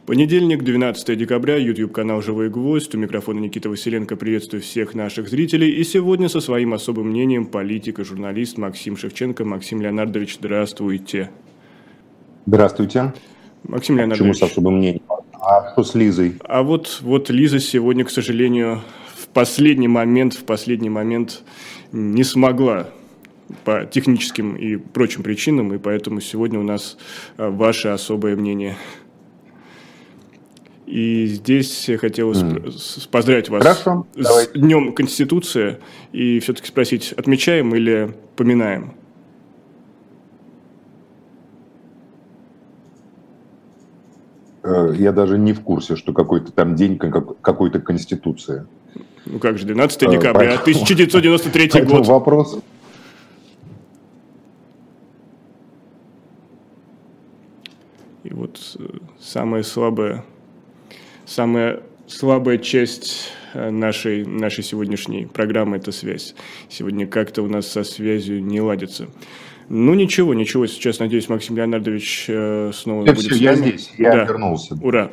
Понедельник, 12 декабря, YouTube-канал «Живой гвоздь». У микрофона Никита Василенко. Приветствую всех наших зрителей. И сегодня со своим особым мнением политик и журналист Максим Шевченко. Максим Леонардович, здравствуйте. Здравствуйте. Максим Леонардович. Почему с особым мнением? А что с Лизой? А вот Лиза сегодня, к сожалению, в последний момент не смогла по техническим и прочим причинам, и поэтому сегодня у нас ваше особое мнение. И здесь хотелось поздравить вас с Днем Конституции и все-таки спросить, отмечаем или поминаем? Я даже не в курсе, что какой-то там день какой-то Конституции. Ну как же, 12 декабря, 1993 год. Вопрос. И вот самая слабая часть нашей сегодняшней программы – это связь. Сегодня как-то у нас со связью не ладится. Ну ничего, сейчас, надеюсь, Максим Леонардович снова будет с нами. Я здесь, я вернулся. Ура.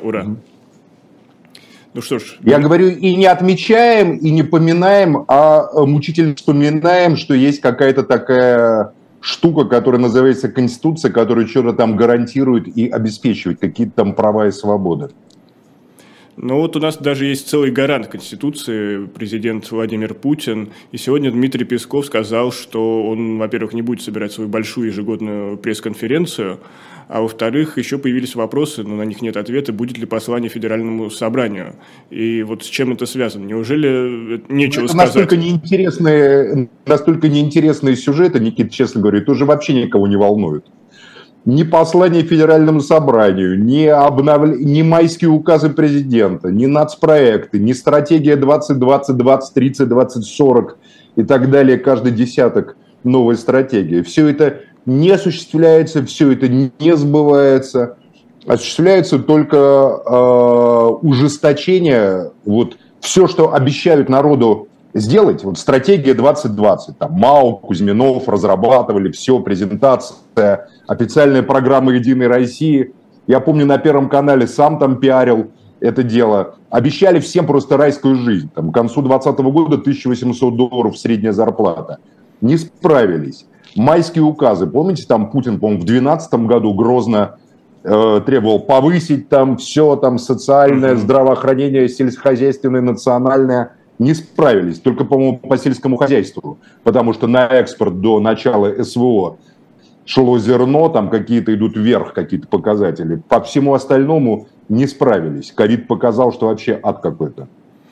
Ну что ж. Я говорю, и не отмечаем, и не поминаем, а мучительно вспоминаем, что есть какая-то такая штука, которая называется Конституция, которая что-то там гарантирует и обеспечивает какие-то там права и свободы. Ну вот у нас даже есть целый гарант Конституции, президент Владимир Путин. И сегодня Дмитрий Песков сказал, что он, во-первых, не будет собирать свою большую ежегодную пресс-конференцию, а во-вторых, еще появились вопросы, но на них нет ответа, будет ли послание Федеральному собранию. И вот с чем это связано? Неужели нечего сказать? Настолько неинтересные сюжеты, Никита, честно говоря, это уже вообще никого не волнует. Ни послание Федеральному собранию, ни майские указы президента, ни нацпроекты, ни стратегия 2020, 2030, 2040 и так далее, каждый десяток новой стратегии. Все это не осуществляется, все это не сбывается. Осуществляется только ужесточение. Вот все, что обещают народу сделать, вот стратегия 2020, там МАУ, Кузьминов разрабатывали, все, презентация, официальная программа «Единой России». Я помню, на Первом канале сам там пиарил это дело. Обещали всем просто райскую жизнь. Там, к концу 2020 года $1800 средняя зарплата. Не справились. Майские указы. Помните, там Путин, по-моему, в 2012 году грозно требовал повысить там все, там социальное, здравоохранение, сельскохозяйственное, национальное. Не справились, только, по-моему, по сельскому хозяйству, потому что на экспорт до начала СВО шло зерно, там какие-то идут вверх, какие-то показатели. По всему остальному не справились. Ковид показал, что вообще ад какой-то.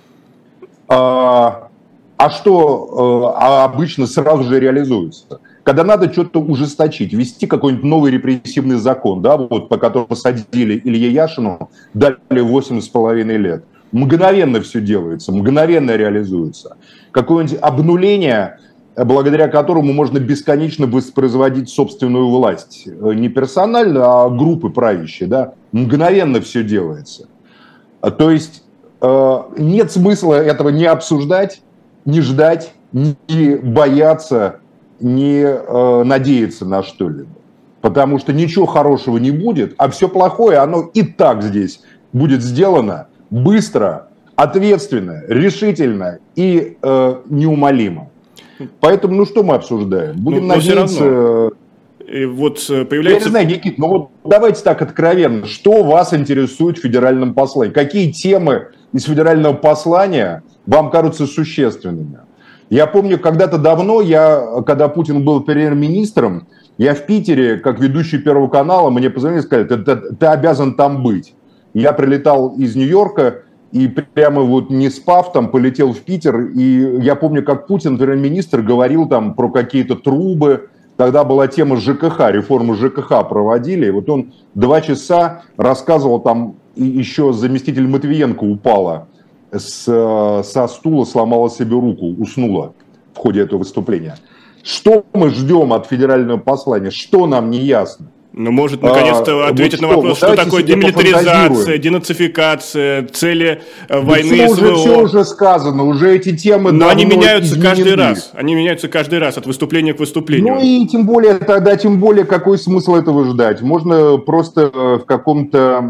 Что обычно сразу же реализуется? Когда надо что-то ужесточить, ввести какой-нибудь новый репрессивный закон, да, вот, по которому посадили Илье Яшину, дали 8,5 лет. Мгновенно все делается, мгновенно реализуется. Какое-нибудь обнуление, благодаря которому можно бесконечно воспроизводить собственную власть. Не персонально, а группы правящие. Да? Мгновенно все делается. То есть нет смысла этого не обсуждать, не ждать, не бояться, не надеяться на что-либо. Потому что ничего хорошего не будет, а все плохое, оно и так здесь будет сделано быстро, ответственно, решительно и неумолимо. Поэтому, ну что мы обсуждаем? Будем надеяться... И вот появляется... Я не знаю, Никит, ну вот давайте так откровенно. Что вас интересует в федеральном послании? Какие темы из федерального послания вам кажутся существенными? Я помню, когда-то давно, когда Путин был премьер-министром, я в Питере, как ведущий Первого канала, мне позвонили и сказали, ты обязан там быть. Я прилетал из Нью-Йорка и прямо вот не спав там полетел в Питер. И я помню, как Путин, премьер-министр, говорил там про какие-то трубы. Тогда была тема ЖКХ, реформу ЖКХ проводили. И вот он 2 часа рассказывал там, и еще заместитель Матвиенко упала со стула, сломала себе руку, уснула в ходе этого выступления. Что мы ждем от федерального послания? Что нам не ясно? Ну, может, наконец-то ответить на вопрос, что такое демилитаризация, денацификация, цели войны СВО. Все уже сказано, уже эти темы давно они меняются каждый раз. Они меняются каждый раз, от выступления к выступлению. Ну и тем более, какой смысл этого ждать? Можно просто в каком-то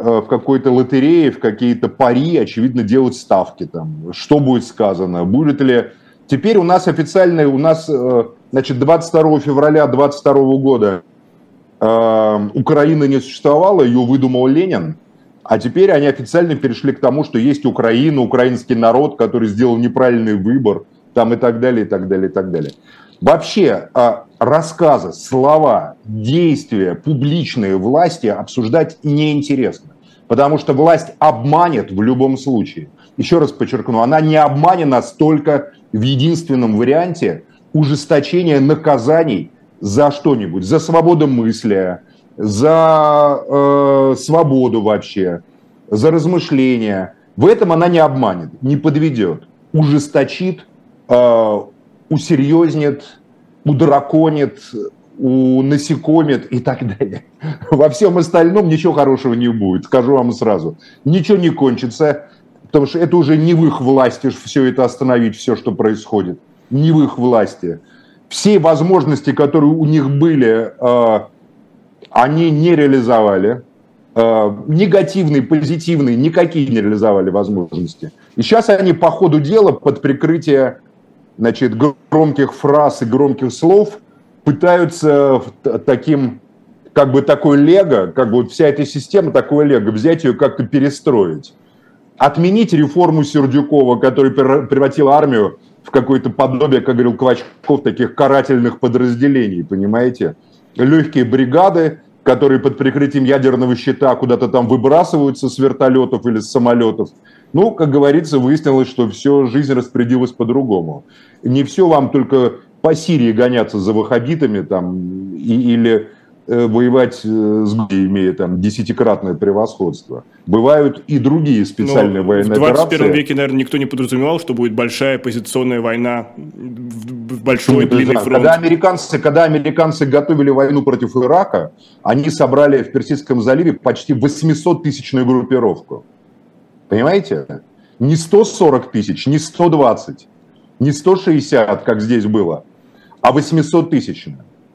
в какой-то лотерее, в какие-то пари, очевидно, делать ставки там. Что будет сказано? Будет ли... Теперь у нас официально, значит, 22 февраля 2022 года Украины не существовало, ее выдумал Ленин, а теперь они официально перешли к тому, что есть Украина, украинский народ, который сделал неправильный выбор, там и так далее, и так далее, и так далее. Вообще рассказы, слова, действия публичные власти обсуждать неинтересно, потому что власть обманет в любом случае. Еще раз подчеркну, она не обманет нас только в единственном варианте ужесточения наказаний за что-нибудь, за свободомыслие, за свободу вообще, за размышления. В этом она не обманет, не подведет, ужесточит, усерьезнит, удраконит, унасекомит и так далее. Во всем остальном ничего хорошего не будет, скажу вам сразу. Ничего не кончится, потому что это уже не в их власти все это остановить, все, что происходит. Не в их власти. Все возможности, которые у них были, они не реализовали. Негативные, позитивные, никакие не реализовали возможности. И сейчас они по ходу дела под прикрытие, значит, громких фраз и громких слов пытаются таким, как бы такой лего, как бы вот вся эта система, такое лего, взять ее как-то перестроить. Отменить реформу Сердюкова, которая превратила армию в какое-то подобие, как говорил Квачков, таких карательных подразделений, понимаете? Легкие бригады, которые под прикрытием ядерного щита куда-то там выбрасываются с вертолетов или с самолетов. Ну, как говорится, выяснилось, что все, жизнь распорядилась по-другому. Не все вам только по Сирии гоняться за ваххабитами там, или воевать с Грузией, имея там 10-кратное превосходство. Бывают и другие специальные военные операции. В 21 веке, наверное, никто не подразумевал, что будет большая позиционная война, большой длинный фронт. Когда американцы готовили войну против Ирака, они собрали в Персидском заливе почти 800-тысячную группировку. Понимаете? Не 140 тысяч, не 120, не 160, как здесь было, а 800-тысячную.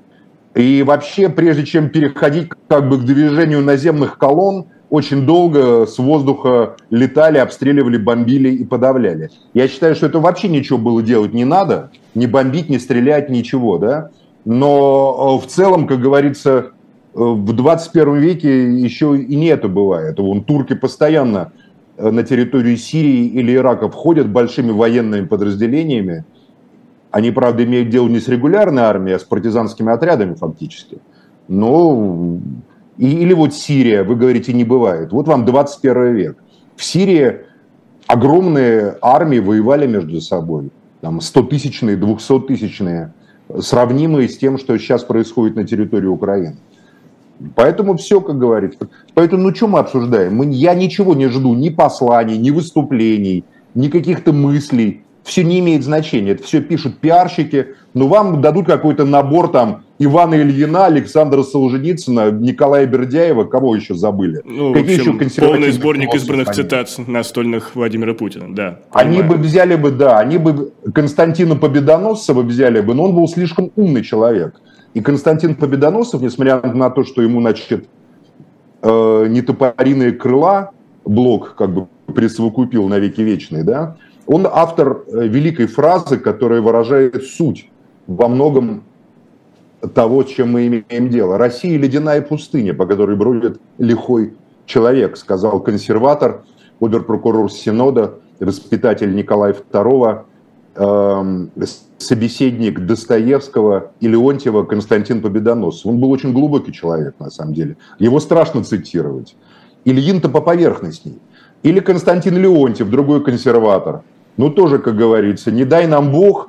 И вообще, прежде чем переходить как бы к движению наземных колонн, очень долго с воздуха летали, обстреливали, бомбили и подавляли. Я считаю, что это вообще ничего было делать не надо, не бомбить, не стрелять, ничего, да. Но в целом, как говорится, в 21 веке еще и не это бывает. Вон, турки постоянно на территорию Сирии или Ирака входят большими военными подразделениями. Они, правда, имеют дело не с регулярной армией, а с партизанскими отрядами фактически. Но... Или вот Сирия, вы говорите, не бывает. Вот вам 21 век. В Сирии огромные армии воевали между собой. Там 100-тысячные, 200-тысячные, сравнимые с тем, что сейчас происходит на территории Украины. Поэтому все, как говорится. Поэтому, ну, что мы обсуждаем? Я ничего не жду, ни посланий, ни выступлений, ни каких-то мыслей. Все не имеет значения. Это все пишут пиарщики. Но вам дадут какой-то набор там Ивана Ильина, Александра Солженицына, Николая Бердяева. Кого еще забыли? Ну, какие в общем, еще консервативные полный сборник философы избранных они? цитат настольных Владимира Путина. Да, Они бы взяли бы, да, они бы Константина Победоносцева взяли бы, но он был слишком умный человек. И Константин Победоносцев, несмотря на то, что ему, значит, нетопориные крыла Блок как бы присовокупил навеки вечные, да, он автор великой фразы, которая выражает суть во многом того, с чем мы имеем дело. «Россия – ледяная пустыня, по которой бродит лихой человек», сказал консерватор, обер-прокурор Синода, воспитатель Николая II, собеседник Достоевского и Леонтьева Константин Победоносцев. Он был очень глубокий человек, на самом деле. Его страшно цитировать. Ильин-то поверхностней. Или Константин Леонтьев, другой консерватор. Ну, тоже, как говорится, не дай нам Бог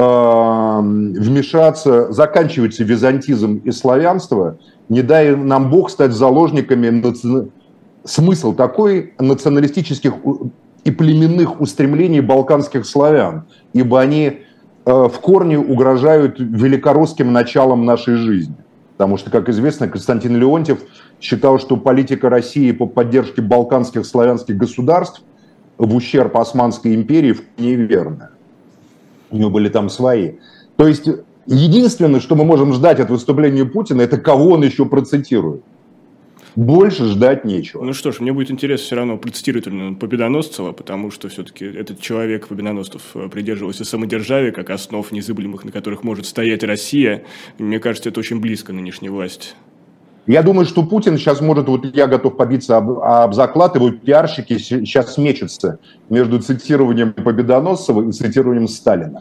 вмешаться, заканчивается византизм и славянство, не дай нам Бог стать заложниками смысл такой националистических и племенных устремлений балканских славян, ибо они в корне угрожают великорусским началам нашей жизни. Потому что, как известно, Константин Леонтьев считал, что политика России по поддержке балканских славянских государств в ущерб Османской империи неверная. У него были там свои. То есть единственное, что мы можем ждать от выступления Путина, это кого он еще процитирует. Больше ждать нечего. Ну что ж, мне будет интересно все равно процитировать Победоносцева, потому что все-таки этот человек, Победоносцев, придерживался самодержавия как основ незыблемых, на которых может стоять Россия. Мне кажется, это очень близко нынешней власти. Я думаю, что Путин сейчас может, вот я готов побиться об заклад, его пиарщики сейчас мечутся между цитированием Победоносцева и цитированием Сталина.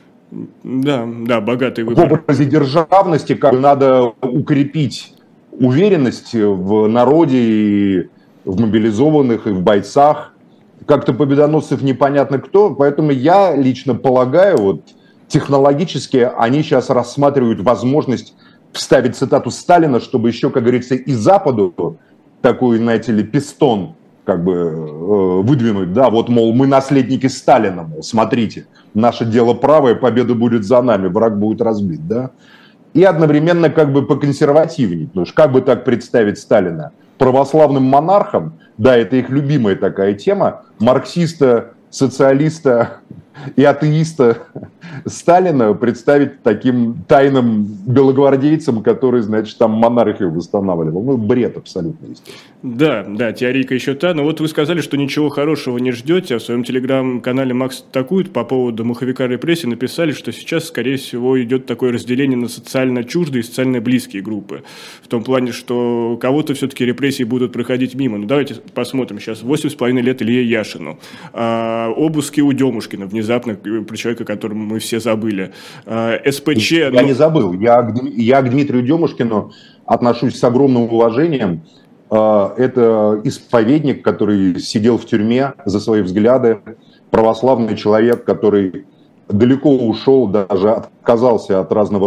Да, да, богатый выбор. В образе державности как бы надо укрепить уверенность в народе, и в мобилизованных, и в бойцах. Как-то Победоносцев непонятно кто, поэтому я лично полагаю, вот технологически они сейчас рассматривают возможность вставить цитату Сталина, чтобы еще, как говорится, и Западу такой, знаете ли, пистон как бы выдвинуть, да, вот, мол, мы наследники Сталина, мол, смотрите, наше дело правое, победа будет за нами, враг будет разбит, да, и одновременно как бы поконсервативнее, потому что как бы так представить Сталина? Православным монархом, да, это их любимая такая тема, марксиста, социалиста и атеиста Сталина представить таким тайным белогвардейцем, который, значит, там монархию восстанавливал. Ну, бред абсолютно, естественно. Да, да, теорика еще та. Но вот вы сказали, что ничего хорошего не ждете, а в своем телеграм-канале «Макс атакует» по поводу маховика репрессий написали, что сейчас, скорее всего, идет такое разделение на социально чуждые и социально близкие группы. В том плане, что кого-то все-таки репрессии будут проходить мимо. Ну, давайте посмотрим сейчас. 8,5 лет Илье Яшину. Обыски у Демушкина, внезапно, про человека, о котором мы все забыли. СПЧ... Я не забыл. Я к Дмитрию Демушкину отношусь с огромным уважением. Это исповедник, который сидел в тюрьме за свои взгляды, православный человек, который далеко ушел, даже отказался от разного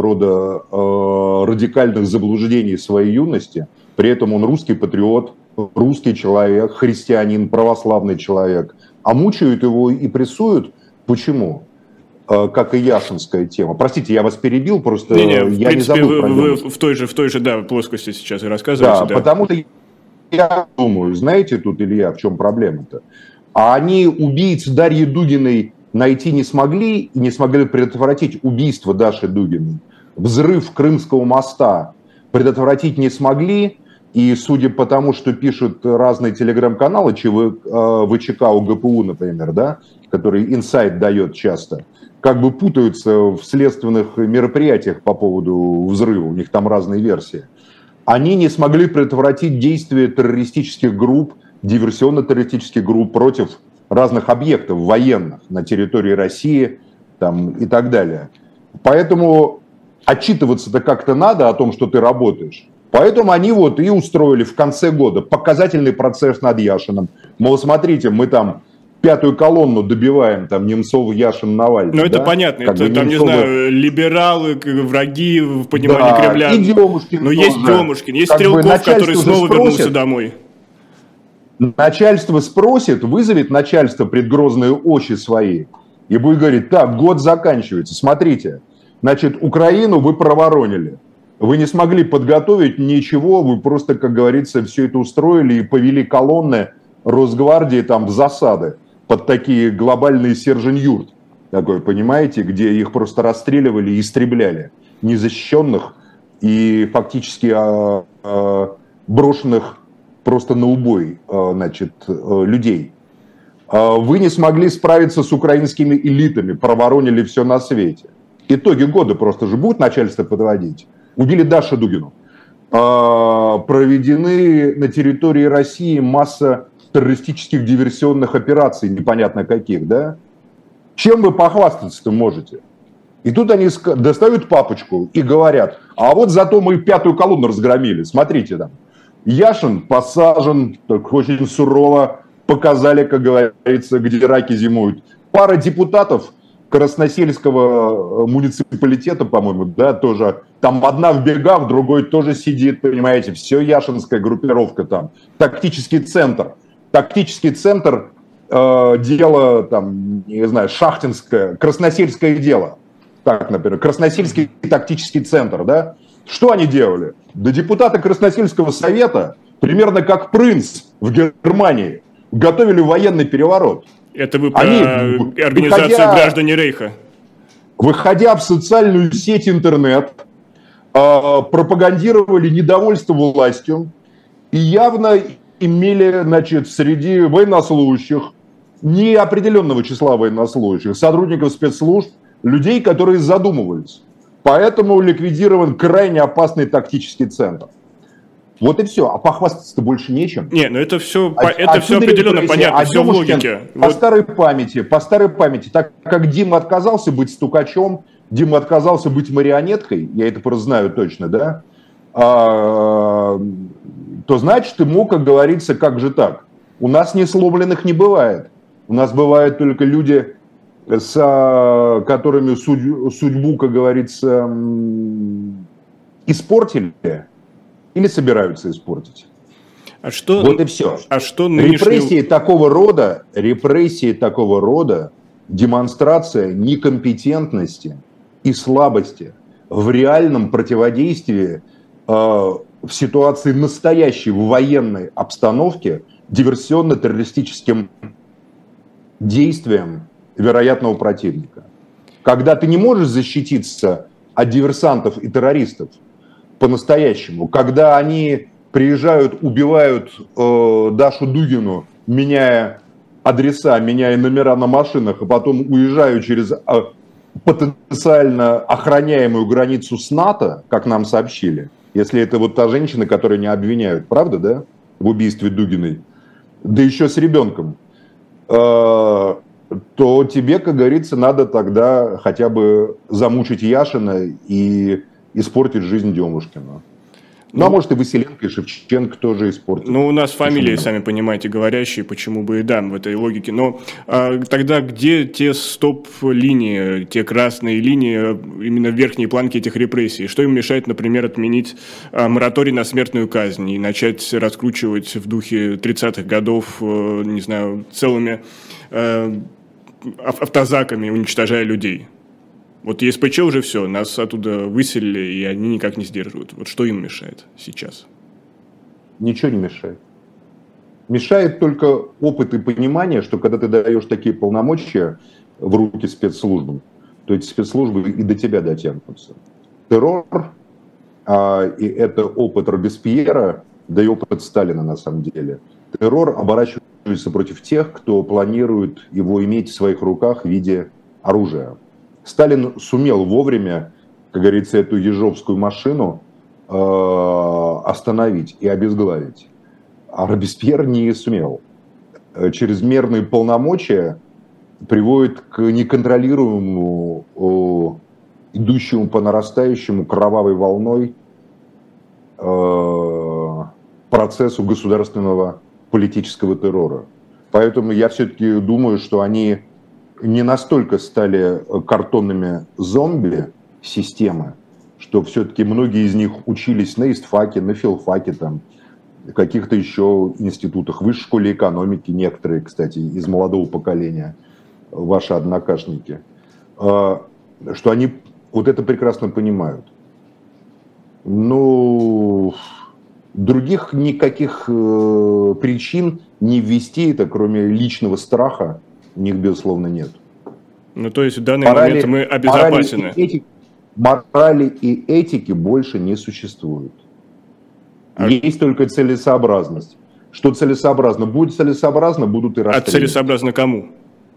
рода радикальных заблуждений своей юности. При этом он русский патриот, русский человек, христианин, православный человек. А мучают его и прессуют. Почему? Как и яшинская тема. Простите, я вас перебил, просто в я принципе, не забыл про вы в той же да, плоскости сейчас и рассказываете. Да, потому что я думаю, знаете тут, Илья, в чем проблема-то? А они убийц Дарьи Дугиной найти не смогли и не смогли предотвратить убийство Даши Дугиной. Взрыв Крымского моста предотвратить не смогли. И судя по тому, что пишут разные телеграм-каналы, ВЧК УГПУ, например, да, который инсайт дает часто, как бы путаются в следственных мероприятиях по поводу взрыва, у них там разные версии. Они не смогли предотвратить действия террористических групп, диверсионно-террористических групп против разных объектов военных на территории России там, и так далее. Поэтому отчитываться-то как-то надо о том, что ты работаешь. Поэтому они вот и устроили в конце года показательный процесс над Яшиным. Мол, смотрите, мы там 5-ю колонну добиваем, там, Немцов, Яшин, Навальный. Ну, это понятно, как это, там, Немцовы... не знаю, либералы, враги в понимании да, Кремля. И Демушкин. Но есть Демушкин, есть Стрелков, который снова вернулся домой. Начальство спросит, вызовет начальство пред грозные очи свои и будет говорить, так, год заканчивается, смотрите, значит, Украину вы проворонили. Вы не смогли подготовить ничего, вы просто, как говорится, все это устроили и повели колонны Росгвардии там в засады под такие глобальные сержинь-юрт, такой, понимаете, где их просто расстреливали и истребляли, незащищенных и фактически брошенных просто на убой, значит, людей. Вы не смогли справиться с украинскими элитами, проворонили все на свете. Итоги года просто же будет начальство подводить. Убили Дашу Дугину. Проведены на территории России масса террористических диверсионных операций, непонятно каких, да? Чем вы похвастаться-то можете? И тут они достают папочку и говорят, а вот зато мы 5-ю колонну разгромили, смотрите там. Яшин посажен, так очень сурово показали, как говорится, где раки зимуют. Пара депутатов Красносельского муниципалитета, по-моему, да, тоже. Там одна в бегах, другой тоже сидит, понимаете, все яшинская группировка там. Тактический центр. Тактический центр, дело, там, не знаю, шахтинское, красносельское дело. Так, например, Красносельский тактический центр, да. Что они делали? Да депутаты Красносельского совета, примерно как принц в Германии, готовили военный переворот. Это вы про организацию «Граждане Рейха». Выходя в социальную сеть интернет, пропагандировали недовольство властью и явно имели, значит, среди военнослужащих, неопределенного числа военнослужащих, сотрудников спецслужб, людей, которые задумывались. Поэтому ликвидирован крайне опасный тактический центр. Вот и все. А похвастаться-то больше нечем. Не, ну это все определенно понятно, все в логике. По старой памяти, так как Дима отказался быть стукачом, Дима отказался быть марионеткой, я это просто знаю точно, да, то значит ему, как говорится, как же так? У нас несломленных не бывает. У нас бывают только люди, с которыми судьбу, как говорится, испортили или собираются испортить. Вот и все. А что нынешний... Репрессии такого рода, демонстрация некомпетентности и слабости в реальном противодействии в ситуации настоящей военной обстановки диверсионно-террористическим действиям вероятного противника. Когда ты не можешь защититься от диверсантов и террористов по-настоящему, когда они приезжают, убивают Дашу Дугину, меняя адреса, меняя номера на машинах, а потом уезжают через потенциально охраняемую границу с НАТО, как нам сообщили, если это вот та женщина, которую не обвиняют, правда, да, в убийстве Дугиной, да еще с ребенком, то тебе, как говорится, надо тогда хотя бы замучить Яшина и испортить жизнь Демушкина. Ну, а может, и Василенко, и Шевченко тоже испортят. Ну, у нас фамилии, сами понимаете, говорящие, почему бы и да, в этой логике. Но тогда где те стоп-линии, те красные линии, именно в верхней планке этих репрессий? Что им мешает, например, отменить мораторий на смертную казнь и начать раскручивать в духе 30-х годов, не знаю, целыми автозаками, уничтожая людей? Вот ЕСПЧ уже все, нас оттуда выселили, и они никак не сдерживают. Вот что им мешает сейчас? Ничего не мешает. Мешает только опыт и понимание, что когда ты даешь такие полномочия в руки спецслужбам, то эти спецслужбы и до тебя дотянутся. Террор, и это опыт Робеспьера, да и опыт Сталина на самом деле. Террор оборачивается против тех, кто планирует его иметь в своих руках в виде оружия. Сталин сумел вовремя, как говорится, эту ежовскую машину остановить и обезглавить. А Робеспьер не сумел. Чрезмерные полномочия приводят к неконтролируемому, идущему по нарастающему кровавой волной процессу государственного политического террора. Поэтому я все-таки думаю, что они не настолько стали картонными зомби системы, что все-таки многие из них учились на истфаке, на филфаке, там, в каких-то еще институтах, высшей школе экономики, некоторые, кстати, из молодого поколения, ваши однокашники, что они вот это прекрасно понимают. Ну, других никаких причин не ввести это, кроме личного страха, у них, безусловно, нет. Ну, то есть в данный момент мы обезопасены. Морали и этики больше не существует. Есть только целесообразность. Что целесообразно? Будет целесообразно, будут и расстреливать. А целесообразно кому?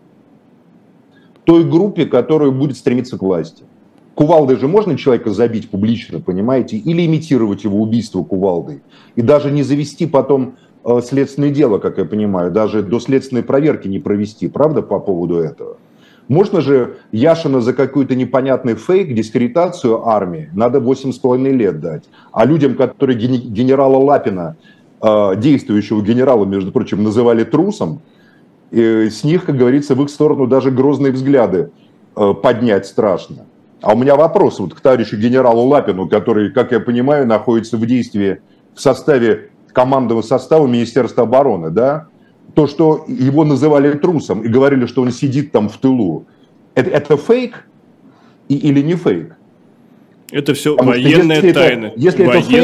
Той группе, которая будет стремиться к власти. Кувалдой же можно человека забить публично, понимаете? Или имитировать его убийство кувалдой. И даже не завести потом следственное дело, как я понимаю, даже до следственной проверки не провести, правда, по поводу этого? Можно же Яшина за какой-то непонятный фейк, дискредитацию армии, надо 8,5 лет дать. А людям, которые генерала Лапина, действующего генерала, между прочим, называли трусом, с них, как говорится, в их сторону даже грозные взгляды поднять страшно. А у меня вопрос вот к товарищу генералу Лапину, который, как я понимаю, находится в действии в составе командного состава Министерства обороны, да? То, что его называли трусом и говорили, что он сидит там в тылу, это фейк или не фейк? Это все военная тайна. Если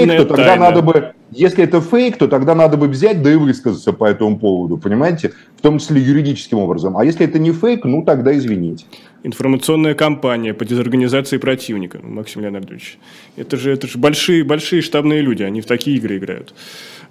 это фейк, то тогда надо бы взять, да и высказаться по этому поводу, понимаете? В том числе юридическим образом. А если это не фейк, ну тогда извините. Информационная кампания по дезорганизации противника, Максим Леонардович. Это же большие штабные люди, они в такие игры играют.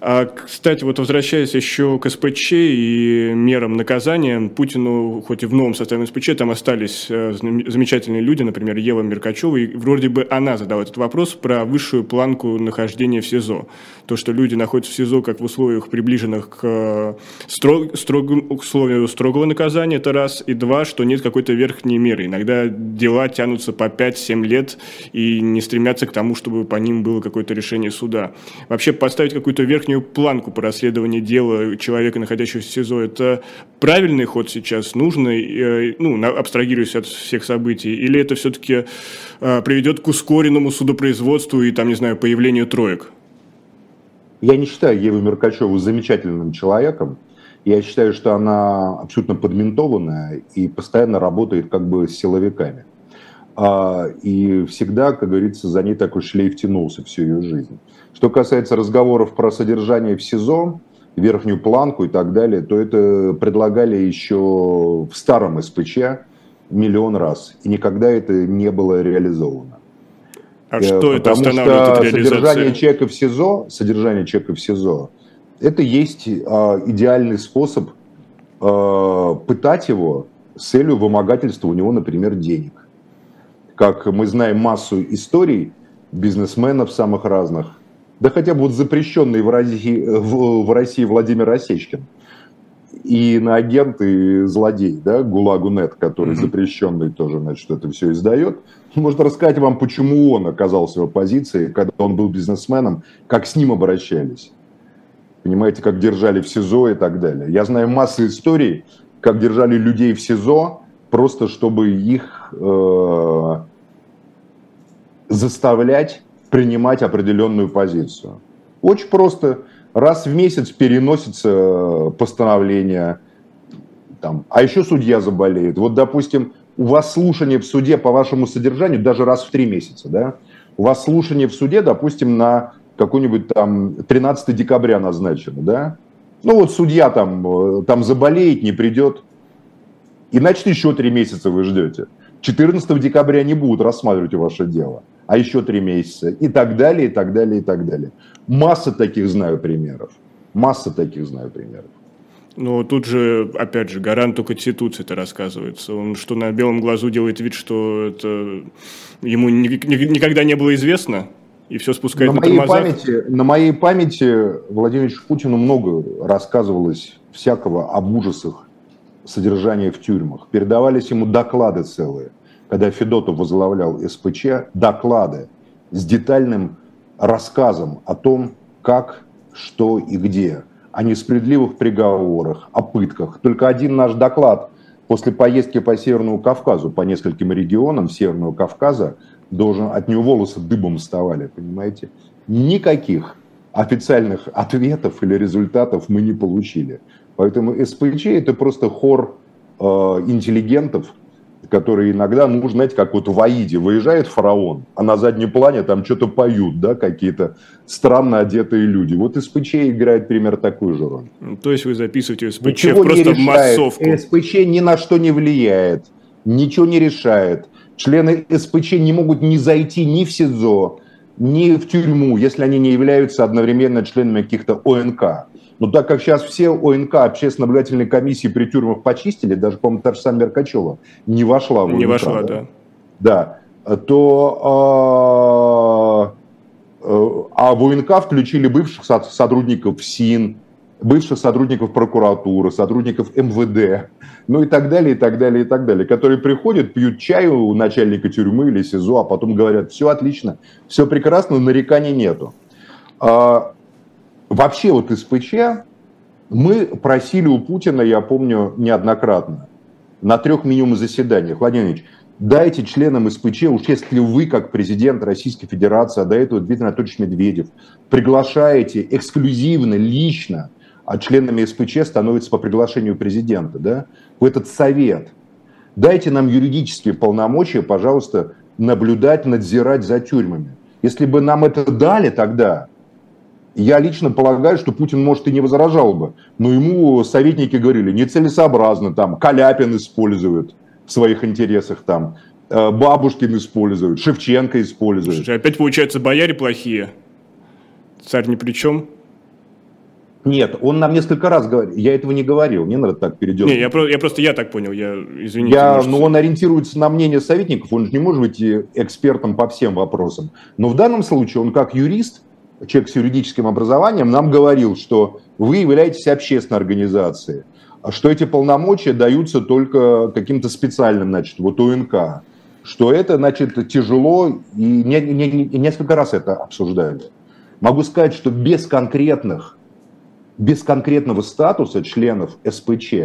Кстати, вот возвращаясь еще к СПЧ и мерам наказания, Путину, хоть и в новом составе СПЧ, там остались замечательные люди, например, Ева Меркачева, и вроде бы она задала этот вопрос про высшую планку нахождения в СИЗО. То, что люди находятся в СИЗО как в условиях, приближенных к условию строгого наказания, это раз, и два, что нет какой-то верхней меры. Иногда дела тянутся по 5-7 лет и не стремятся к тому, чтобы по ним было какое-то решение суда. Вообще поставить какую-то верхнюю планку по расследованию дела человека, находящегося в СИЗО, это правильный ход сейчас, нужный, абстрагируясь от всех событий, или это все-таки приведет к ускоренному судопроизводству и, там, не знаю, появлению троек? Я не считаю Еву Меркачеву замечательным человеком. Я считаю, что она абсолютно подментованная и постоянно работает как бы с силовиками. И всегда, как говорится, за ней такой шлейф тянулся всю ее жизнь. Что касается разговоров про содержание в СИЗО, верхнюю планку и так далее, то это предлагали еще в старом СПЧ миллион раз. И никогда это не было реализовано. А что это останавливает от реализации? Содержание человека в СИЗО, это есть идеальный способ пытать его с целью вымогательства у него, например, денег. Как мы знаем массу историй бизнесменов самых разных, да хотя бы вот запрещенный в России Владимир Осечкин, и иноагент, и злодей, да, ГУЛАГу.нет, который запрещенный тоже, значит, это все издает, может рассказать вам, почему он оказался в оппозиции, когда он был бизнесменом, как с ним обращались. Понимаете, как держали в СИЗО и так далее. Я знаю массу историй, как держали людей в СИЗО, просто чтобы их заставлять принимать определенную позицию. Очень просто. Раз в месяц переносится постановление, там, а еще судья заболеет. Вот, допустим, у вас слушание в суде по вашему содержанию даже раз в 3 месяца, да? У вас слушание в суде, допустим, на какой-нибудь там 13 декабря назначено, да? Ну вот судья там заболеет, не придет, и значит еще 3 месяца вы ждете. 14 декабря не будут рассматривать ваше дело, а еще 3 месяца, и так далее, и так далее, и так далее. Масса таких знаю примеров. Но тут же, опять же, гаранту Конституции-то рассказывается. Он что, на белом глазу делает вид, что это ему никогда не было известно, и все спускает на тормозах? На моей памяти Владимиру Путину много рассказывалось всякого об ужасах содержания в тюрьмах. Передавались ему доклады целые. Когда Федотов возглавлял СПЧ, доклады с детальным рассказом о том, как, что и где, о несправедливых приговорах, о пытках. Только один наш доклад после поездки по Северному Кавказу, по нескольким регионам Северного Кавказа, от него волосы дыбом вставали, понимаете? Никаких официальных ответов или результатов мы не получили. Поэтому СПЧ это просто хор интеллигентов, которые иногда, знаете, как вот в Аиде выезжает фараон, а на заднем плане там что-то поют, да, какие-то странно одетые люди. Вот СПЧ играет примерно такую же роль. То есть вы записываете СПЧ просто в массовку? СПЧ ни на что не влияет, ничего не решает. Члены СПЧ не могут ни зайти ни в СИЗО, ни в тюрьму, если они не являются одновременно членами каких-то ОНК. Но так как сейчас все ОНК, общественно-наблюдательные комиссии при тюрьмах почистили, даже, по-моему, та же самая Меркачева не вошла в ОНК. Не вошла, да. Да, то в ОНК включили бывших сотрудников СИН, бывших сотрудников прокуратуры, сотрудников МВД, ну и так далее, и так далее, и так далее, которые приходят, пьют чай у начальника тюрьмы или СИЗО, а потом говорят, все отлично, все прекрасно, нареканий нету. Вообще вот СПЧ мы просили у Путина, я помню, неоднократно, на 3 минимум заседаниях: Владимир Ильич, дайте членам СПЧ, уж если вы, как президент Российской Федерации, а до этого Дмитрий Анатольевич Медведев, приглашаете эксклюзивно, лично, а членами СПЧ становятся по приглашению президента, да, в этот совет, дайте нам юридические полномочия, пожалуйста, наблюдать, надзирать за тюрьмами. Если бы нам это дали тогда, я лично полагаю, что Путин, может, и не возражал бы, но ему советники говорили, нецелесообразно, там, Каляпин использует в своих интересах, там, Бабушкин использует, Шевченко использует. Слушай, опять, получается, бояре плохие, царь ни при чем? Нет, он нам несколько раз говорил, я этого не говорил, не надо так передергивать. Не, я так понял, извините. Но он ориентируется на мнение советников, он же не может быть экспертом по всем вопросам. Но в данном случае он как юрист, человек с юридическим образованием, нам говорил, что вы являетесь общественной организацией, что эти полномочия даются только каким-то специальным, значит, вот УНК, что это, значит, тяжело, и несколько раз это обсуждали. Могу сказать, что без конкретного статуса членов СПЧ,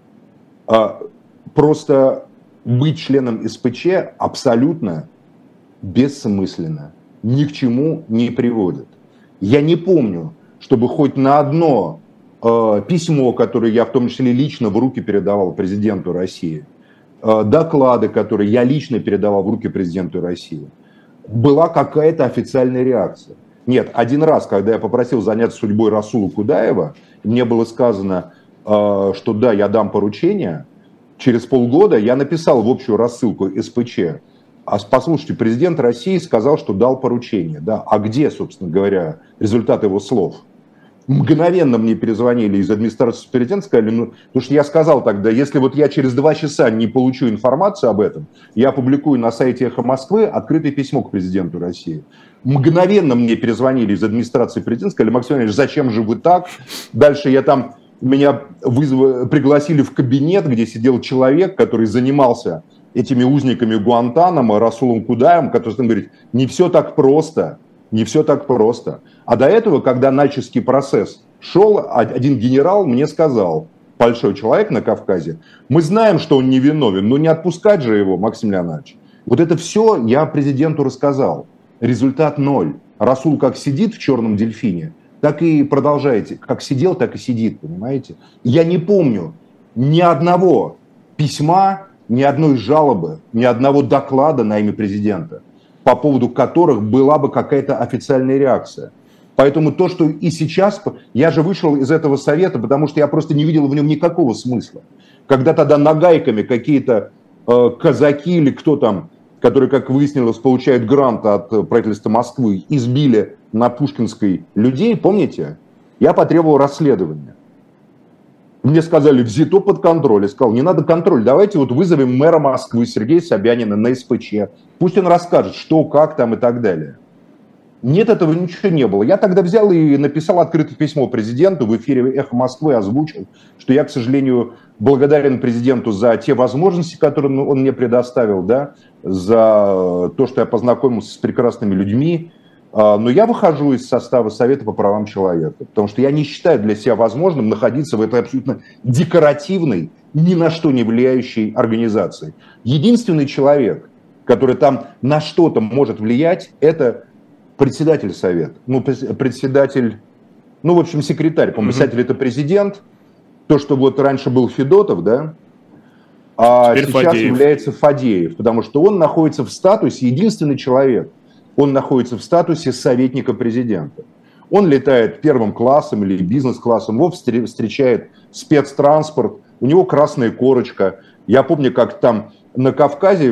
просто быть членом СПЧ абсолютно бессмысленно, ни к чему не приводит. Я не помню, чтобы хоть на одно письмо, которое я в том числе лично в руки передавал президенту России, доклады, которые я лично передавал в руки президенту России, была какая-то официальная реакция. Нет, один раз, когда я попросил заняться судьбой Расула Кудаева, мне было сказано, что да, я дам поручение, через полгода я написал в общую рассылку СПЧ, послушайте, президент России сказал, что дал поручение. Да? А где, собственно говоря, результат его слов? Мгновенно мне перезвонили из администрации президента, сказали, потому что я сказал тогда, если вот я через 2 часа не получу информацию об этом, я опубликую на сайте «Эхо Москвы» открытое письмо к президенту России. Мгновенно мне перезвонили из администрации президента, сказали, Максим Иванович, зачем же вы так? Дальше меня пригласили в кабинет, где сидел человек, который занимался этими узниками Гуантанамо, Расулом Кудаевым, который говорит, не все так просто, не все так просто. А до этого, когда начальский процесс шел, один генерал мне сказал, большой человек на Кавказе, мы знаем, что он невиновен, но не отпускать же его, Максим Леонидович. Вот это все я президенту рассказал. Результат 0. Расул как сидит в черном дельфине, так и продолжаете. Как сидел, так и сидит, понимаете? Я не помню ни одного письма, ни одной жалобы, ни одного доклада на имя президента, по поводу которых была бы какая-то официальная реакция. Поэтому то, что и сейчас... Я же вышел из этого совета, потому что я просто не видел в нем никакого смысла. Когда тогда нагайками какие-то казаки или кто там, которые, как выяснилось, получают грант от правительства Москвы, избили на Пушкинской людей, помните? Я потребовал расследования. Мне сказали, взято под контроль. Я сказал, не надо контроль, давайте вот вызовем мэра Москвы Сергея Собянина на СПЧ. Пусть он расскажет, что, как там и так далее. Нет, этого ничего не было. Я тогда взял и написал открытое письмо президенту, в эфире «Эхо Москвы» озвучил, что я, к сожалению, благодарен президенту за те возможности, которые он мне предоставил, да, за то, что я познакомился с прекрасными людьми. Но я выхожу из состава Совета по правам человека, потому что я не считаю для себя возможным находиться в этой абсолютно декоративной, ни на что не влияющей организации. Единственный человек, который там на что-то может влиять, это председатель Совета. Председатель, в общем, секретарь. По-моему, председатель это президент. То, что вот раньше был Федотов, да, а теперь сейчас Фадеев. Является Фадеев, потому что он находится в статусе, единственный человек, он находится в статусе советника президента. Он летает первым классом или бизнес-классом, его встречает спецтранспорт, у него красная корочка. Я помню, как там на Кавказе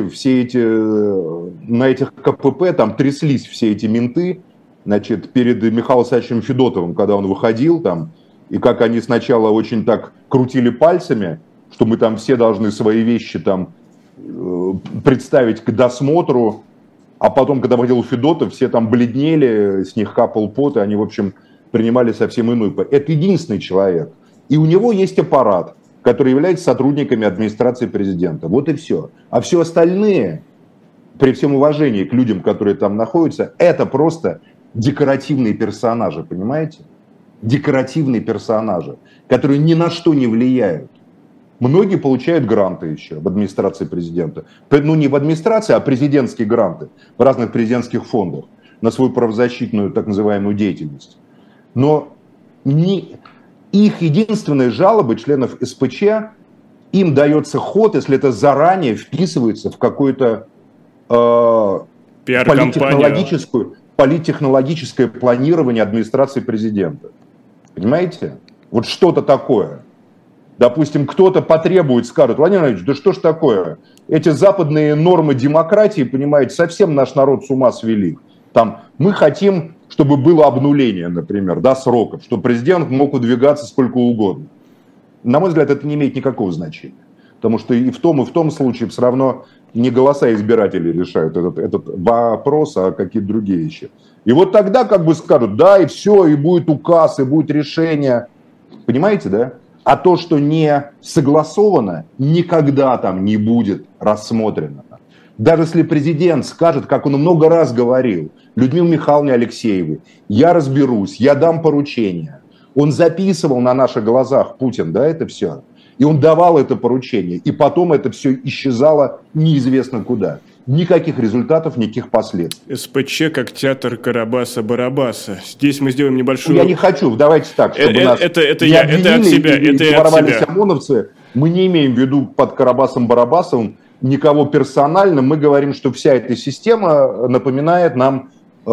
на этих КПП там тряслись все эти менты, значит, перед Михаилом Александровичем Федотовым, когда он выходил там, и как они сначала очень так крутили пальцами, что мы там все должны свои вещи там представить к досмотру, а потом, когда выходил Федотов, все там бледнели, с них капал пот, и они, в общем, принимали совсем иную. Это единственный человек. И у него есть аппарат, который является сотрудниками администрации президента. Вот и все. А все остальные, при всем уважении к людям, которые там находятся, это просто декоративные персонажи, понимаете? Декоративные персонажи, которые ни на что не влияют. Многие получают гранты еще в администрации президента. Не в администрации, а президентские гранты в разных президентских фондах на свою правозащитную так называемую деятельность. Но их единственные жалобы членов СПЧ, им дается ход, если это заранее вписывается в какую-то политтехнологическое планирование администрации президента. Понимаете? Вот что-то такое. Допустим, кто-то потребует, скажет, Владимир Владимирович, да что ж такое? Эти западные нормы демократии, понимаете, совсем наш народ с ума свели. Там, мы хотим, чтобы было обнуление, например, да, сроков, чтобы президент мог выдвигаться сколько угодно. На мой взгляд, это не имеет никакого значения. Потому что и в том случае все равно не голоса избирателей решают этот вопрос, а какие-то другие вещи. И вот тогда как бы скажут, да, и все, и будет указ, и будет решение. Понимаете, да? А то, что не согласовано, никогда там не будет рассмотрено. Даже если президент скажет, как он много раз говорил, Людмиле Михайловне Алексеевой, я разберусь, я дам поручение. Он записывал на наших глазах, Путин, да, это все. И он давал это поручение. И потом это все исчезало неизвестно куда. Никаких результатов, никаких последствий. СПЧ как театр Карабаса-Барабаса. Здесь мы сделаем небольшую... Я не хочу, давайте так, чтобы нас это я от себя, это я от ворвались себя. ОМОНовцы. Мы не имеем в виду под Карабасом-Барабасовым никого персонально. Мы говорим, что вся эта система напоминает нам,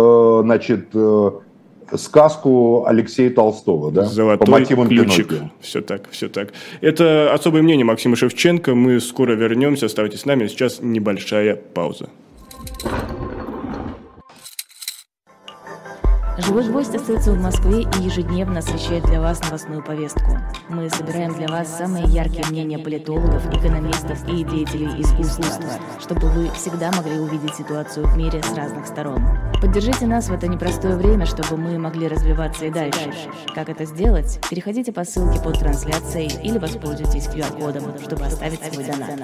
сказку Алексея Толстого, да? Золотой по мотивам ключик. Пиноккио. Все так, все так. Это особое мнение Максима Шевченко. Мы скоро вернемся. Оставайтесь с нами. Сейчас небольшая пауза. «Живой гвоздь» остается в Москве и ежедневно освещает для вас новостную повестку. Мы собираем для вас самые яркие мнения политологов, экономистов и деятелей искусства, чтобы вы всегда могли увидеть ситуацию в мире с разных сторон. Поддержите нас в это непростое время, чтобы мы могли развиваться и дальше. Как это сделать? Переходите по ссылке под трансляцией или воспользуйтесь QR-кодом, чтобы оставить свой донат.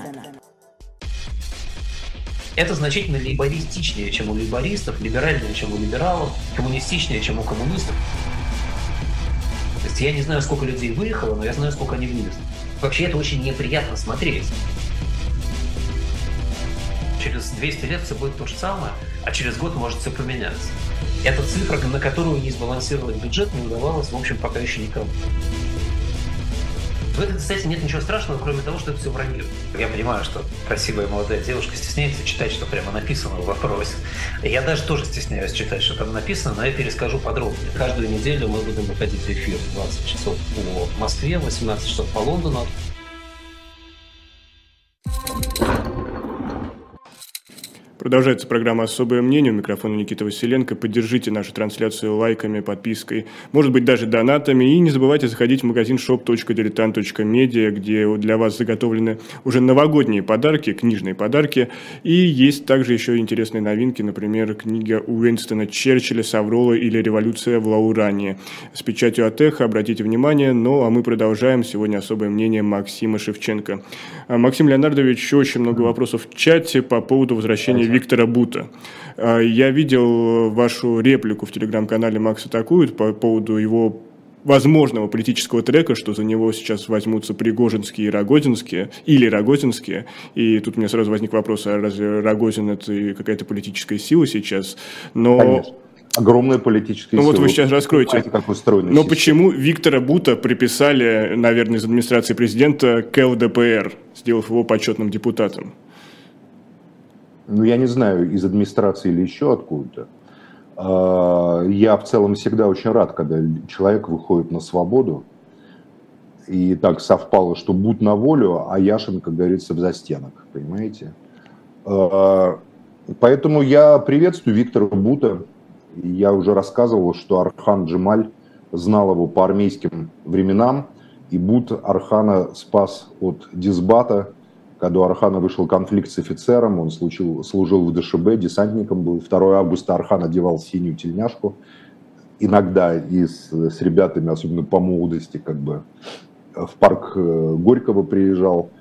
Это значительно лейбористичнее, чем у лейбористов, либеральнее, чем у либералов, коммунистичнее, чем у коммунистов. То есть я не знаю, сколько людей выехало, но я знаю, сколько они вывезли. Вообще это очень неприятно смотреть. Через 200 лет все будет то же самое, а через год может все поменяться. Это цифра, на которую не сбалансировать бюджет не удавалось, в общем, пока еще никому. В этой, кстати, нет ничего страшного, кроме того, что это все вранье. Я понимаю, что красивая молодая девушка стесняется читать, что прямо написано в вопросе. Я даже тоже стесняюсь читать, что там написано, но я перескажу подробнее. Каждую неделю мы будем выходить в эфир 20 часов по Москве, 18 часов по Лондону. Продолжается программа «Особое мнение». У микрофона Никита Василенко. Поддержите нашу трансляцию лайками, подпиской, может быть, даже донатами. И не забывайте заходить в магазин shop.diletant.media, где для вас заготовлены уже новогодние подарки, книжные подарки. И есть также еще интересные новинки, например, книга Уинстона Черчилля «Саврола» или «Революция в Лауране» с печатью от Эхо. Обратите внимание. Ну, а мы продолжаем. Сегодня особое мнение Максима Шевченко. Максим Леонардович, очень много вопросов в чате по поводу возвращения Виктора Бута. Я видел вашу реплику в телеграм-канале «Макс атакует» по поводу его возможного политического трека, что за него сейчас возьмутся Пригожинские и Рогозинские, или Рогозинские. И тут у меня сразу возник вопрос, а разве Рогозин – это какая-то политическая сила сейчас? Но... Конечно. Огромная политическая сила. Ну вот вы сейчас раскроете. Но почему Виктора Бута приписали, наверное, из администрации президента к ЛДПР, сделав его почетным депутатом? Ну, я не знаю, из администрации или еще откуда-то. Я в целом всегда очень рад, когда человек выходит на свободу. И так совпало, что Бут на волю, а Яшин, как говорится, в застенок. Понимаете? Поэтому я приветствую Виктора Бута. Я уже рассказывал, что Архан Джемаль знал его по армейским временам. И Бут Архана спас от дисбата. Когда у Архана вышел конфликт с офицером, он служил в ДШБ, десантником был. 2 августа Архан одевал синюю тельняшку. Иногда и с ребятами, особенно по молодости, как бы в парк Горького приезжал.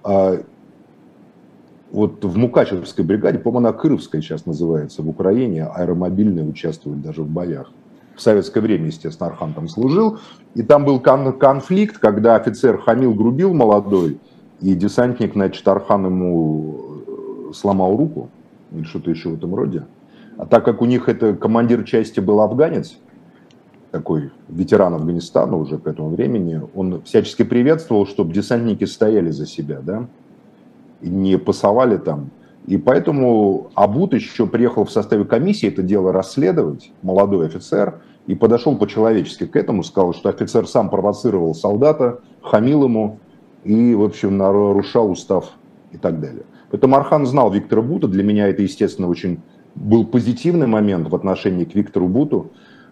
Вот в Мукачевской бригаде, по-моему, она Кыровская сейчас называется, в Украине, аэромобильная, участвует даже в боях. В советское время, естественно, Архан там служил. И там был конфликт, когда офицер хамил, грубил молодой, и десантник, значит, Архан ему сломал руку, или что-то еще в этом роде. А так как у них это командир части был афганец, такой ветеран Афганистана уже к этому времени, он всячески приветствовал, чтобы десантники стояли за себя, да, и не пасовали там. И поэтому Абут еще приехал в составе комиссии это дело расследовать, молодой офицер, и подошел по-человечески к этому, сказал, что офицер сам провоцировал солдата, хамил ему, и, в общем, нарушал устав и так далее. Поэтому Архан знал Виктора Бута. Для меня это, естественно, очень был позитивный момент в отношении к Виктору Буту.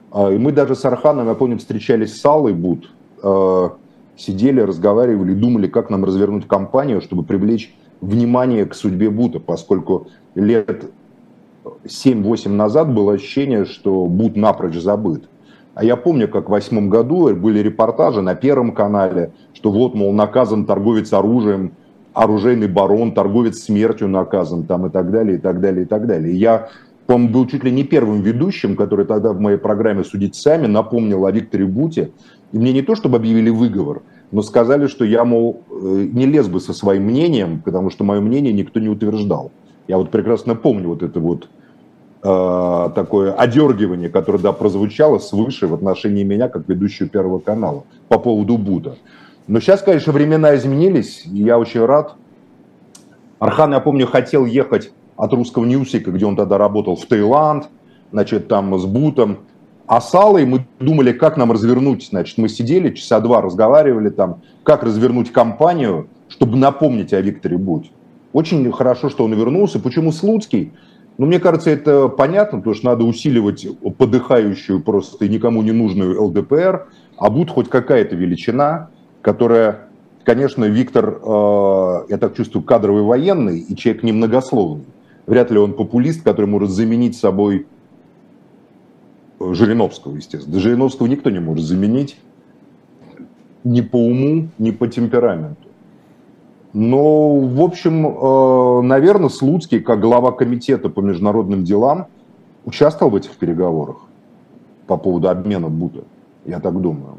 И мы даже с Арханом, я помню, встречались с Аллой Бут, сидели, разговаривали, думали, как нам развернуть кампанию, чтобы привлечь внимание к судьбе Бута, поскольку лет 7-8 назад было ощущение, что Бут напрочь забыт. А я помню, как в 2008 году были репортажи на Первом канале, что вот, мол, наказан торговец оружием, оружейный барон, торговец смертью наказан, там, и так далее, и так далее, и так далее. И я, по-моему, был чуть ли не первым ведущим, который тогда в моей программе «Судите сами» напомнил о Викторе Буте. И мне не то, чтобы объявили выговор, но сказали, что я, мол, не лез бы со своим мнением, потому что мое мнение никто не утверждал. Я вот прекрасно помню вот это вот такое одергивание, которое, да, прозвучало свыше в отношении меня, как ведущего Первого канала, по поводу Бута. Но сейчас, конечно, времена изменились, и я очень рад. Архан, я помню, хотел ехать от русского Ньюсика, где он тогда работал, в Таиланд, значит, там с Бутом. А с Аллой мы думали, как нам развернуть, значит, мы сидели, часа два разговаривали там, как развернуть кампанию, чтобы напомнить о Викторе Буте. Очень хорошо, что он вернулся. Почему Слуцкий? Ну, мне кажется, это понятно, потому что надо усиливать подыхающую просто и никому не нужную ЛДПР, а Бут хоть какая-то величина, которая, конечно, Виктор, я так чувствую, кадровый военный и человек немногословный. Вряд ли он популист, который может заменить собой Жириновского, естественно. Да Жириновского никто не может заменить ни по уму, ни по темпераменту. Но, в общем, наверное, Слуцкий, как глава комитета по международным делам, участвовал в этих переговорах по поводу обмена Бута. Я так думаю.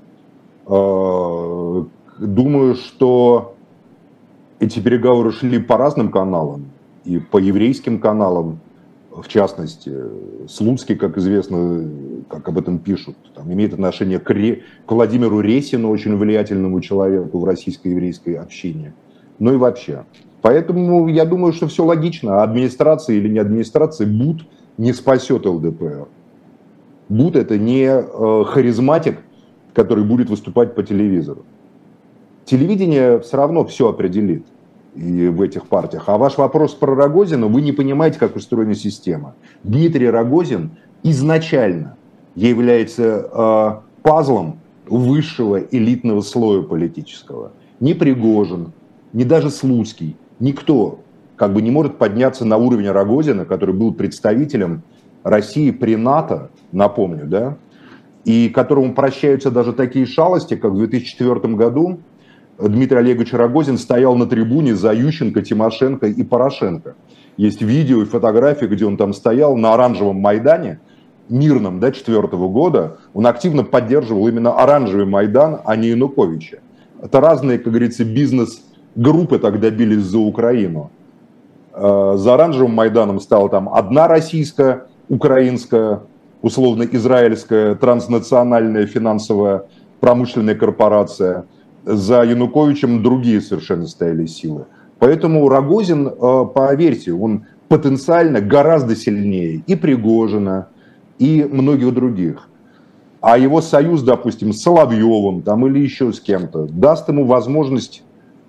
Думаю, что эти переговоры шли по разным каналам. И по еврейским каналам, в частности. Слуцкий, как известно, как об этом пишут, там, имеет отношение к Владимиру Ресину, очень влиятельному человеку в российско-еврейской общине. Ну и вообще. Поэтому я думаю, что все логично. Администрация или не администрация, Бут не спасет ЛДПР. Бут — это не харизматик, который будет выступать по телевизору. Телевидение все равно все определит и в этих партиях. А ваш вопрос про Рогозина, вы не понимаете, как устроена система. Дмитрий Рогозин изначально является пазлом высшего элитного слоя политического. Ни Пригожин, ни даже Слуцкий, никто как бы не может подняться на уровень Рогозина, который был представителем России при НАТО, напомню, да, и которому прощаются даже такие шалости, как в 2004 году Дмитрий Олегович Рогозин стоял на трибуне за Ющенко, Тимошенко и Порошенко. Есть видео и фотографии, где он там стоял на оранжевом Майдане, мирном, да, 2004 года. Он активно поддерживал именно оранжевый Майдан, а не Януковича. Это разные, как говорится, бизнес-группы тогда бились за Украину. За оранжевым Майданом стала там одна российская, украинская, условно-израильская транснациональная финансовая промышленная корпорация. За Януковичем другие совершенно стояли силы. Поэтому Рогозин, поверьте, он потенциально гораздо сильнее и Пригожина, и многих других. А его союз, допустим, с Соловьевым там, или еще с кем-то, даст ему возможность,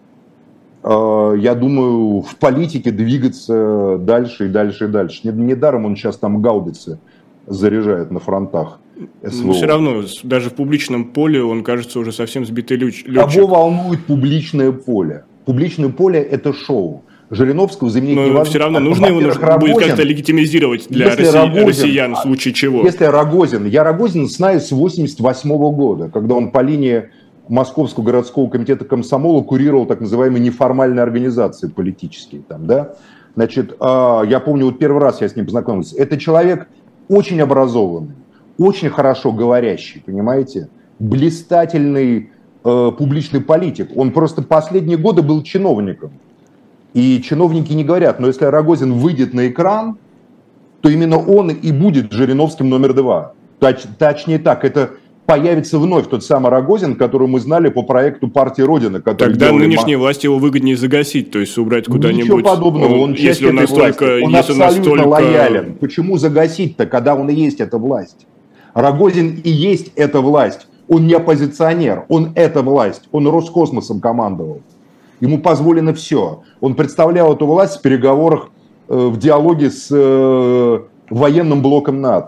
я думаю, в политике двигаться дальше и дальше и дальше. Недаром он сейчас там гаубицы заряжает на фронтах СВО. Но все равно, даже в публичном поле он кажется уже совсем сбитый летчик. Кого волнует публичное поле? Публичное поле – это шоу. Жириновского заменить невозможно. Но все равно нужно его будет как-то легитимизировать для россиян в случае чего. Если Рогозин, я Рогозина знаю с 1988 года, когда он по линии Московского городского комитета комсомола курировал так называемые неформальные организации политические. Там, да? Значит, я помню, вот первый раз я с ним познакомился. Это человек очень образованный, очень хорошо говорящий, понимаете, блистательный публичный политик. Он просто последние годы был чиновником. И чиновники не говорят, но если Рогозин выйдет на экран, то именно он и будет Жириновским номер 2. Точнее так, это появится вновь тот самый Рогозин, которого мы знали по проекту партии Родина. Тогда нынешней власти его выгоднее загасить, то есть убрать куда-нибудь. Ничего подобного, он часть этой власти, он абсолютно лоялен. Почему загасить-то, когда он и есть эта власть? Рогозин и есть эта власть. Он не оппозиционер, он эта власть, он Роскосмосом командовал. Ему позволено все. Он представлял эту власть в переговорах, в диалоге с военным блоком НАТО.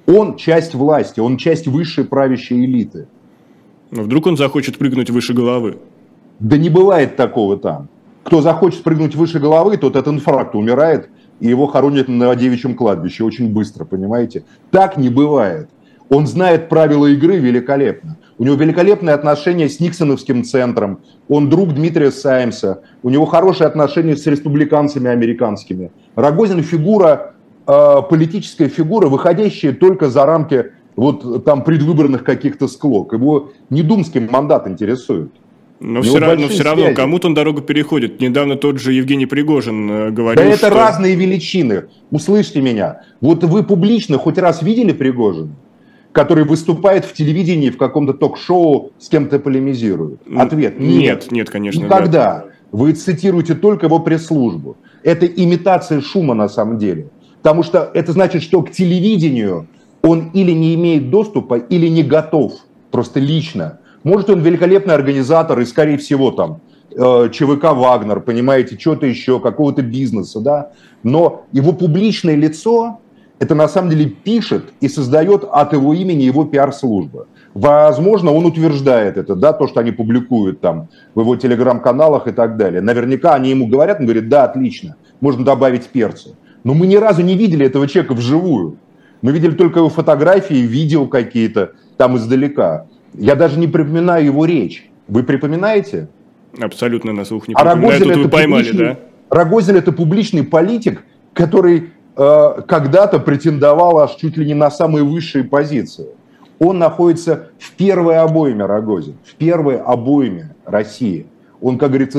Он часть власти, он часть высшей правящей элиты. Но вдруг он захочет прыгнуть выше головы? Да не бывает такого там. Кто захочет прыгнуть выше головы, тот от инфаркта умирает, и его хоронят на девичьем кладбище очень быстро, понимаете? Так не бывает. Он знает правила игры великолепно. У него великолепные отношения с Никсоновским центром. Он друг Дмитрия Саймса. У него хорошие отношения с республиканцами американскими. Рогозин фигура, политическая фигура, выходящая только за рамки вот там предвыборных каких-то склок. Его не думский мандат интересует. Но все равно кому-то он дорогу переходит. Недавно тот же Евгений Пригожин говорил, да это разные величины. Услышьте меня. Вот вы публично хоть раз видели Пригожина, который выступает в телевидении, в каком-то ток-шоу, с кем-то полемизирует? Ответ – нет. Нет, конечно. Никогда. Да. Вы цитируете только его пресс-службу. Это имитация шума на самом деле. Потому что это значит, что к телевидению он или не имеет доступа, или не готов. Просто лично. Может, он великолепный организатор и, скорее всего, там, ЧВК «Вагнер», понимаете, что-то еще, какого-то бизнеса, да? Но его публичное лицо, это на самом деле пишет и создает от его имени его пиар-служба. Возможно, он утверждает это, да, то, что они публикуют там в его телеграм-каналах и так далее. Наверняка они ему говорят, он говорит, да, отлично, можно добавить перца. Но мы ни разу не видели этого человека вживую. Мы видели только его фотографии, видео какие-то там издалека. Я даже не припоминаю его речь. Вы припоминаете? Абсолютно на слух не припоминаю. Тут вы поймали, да? Рогозин – это публичный политик, который когда-то претендовал аж чуть ли не на самые высшие позиции. Он находится в первой обойме, Рогозин, в первой обойме России. Он, как говорится,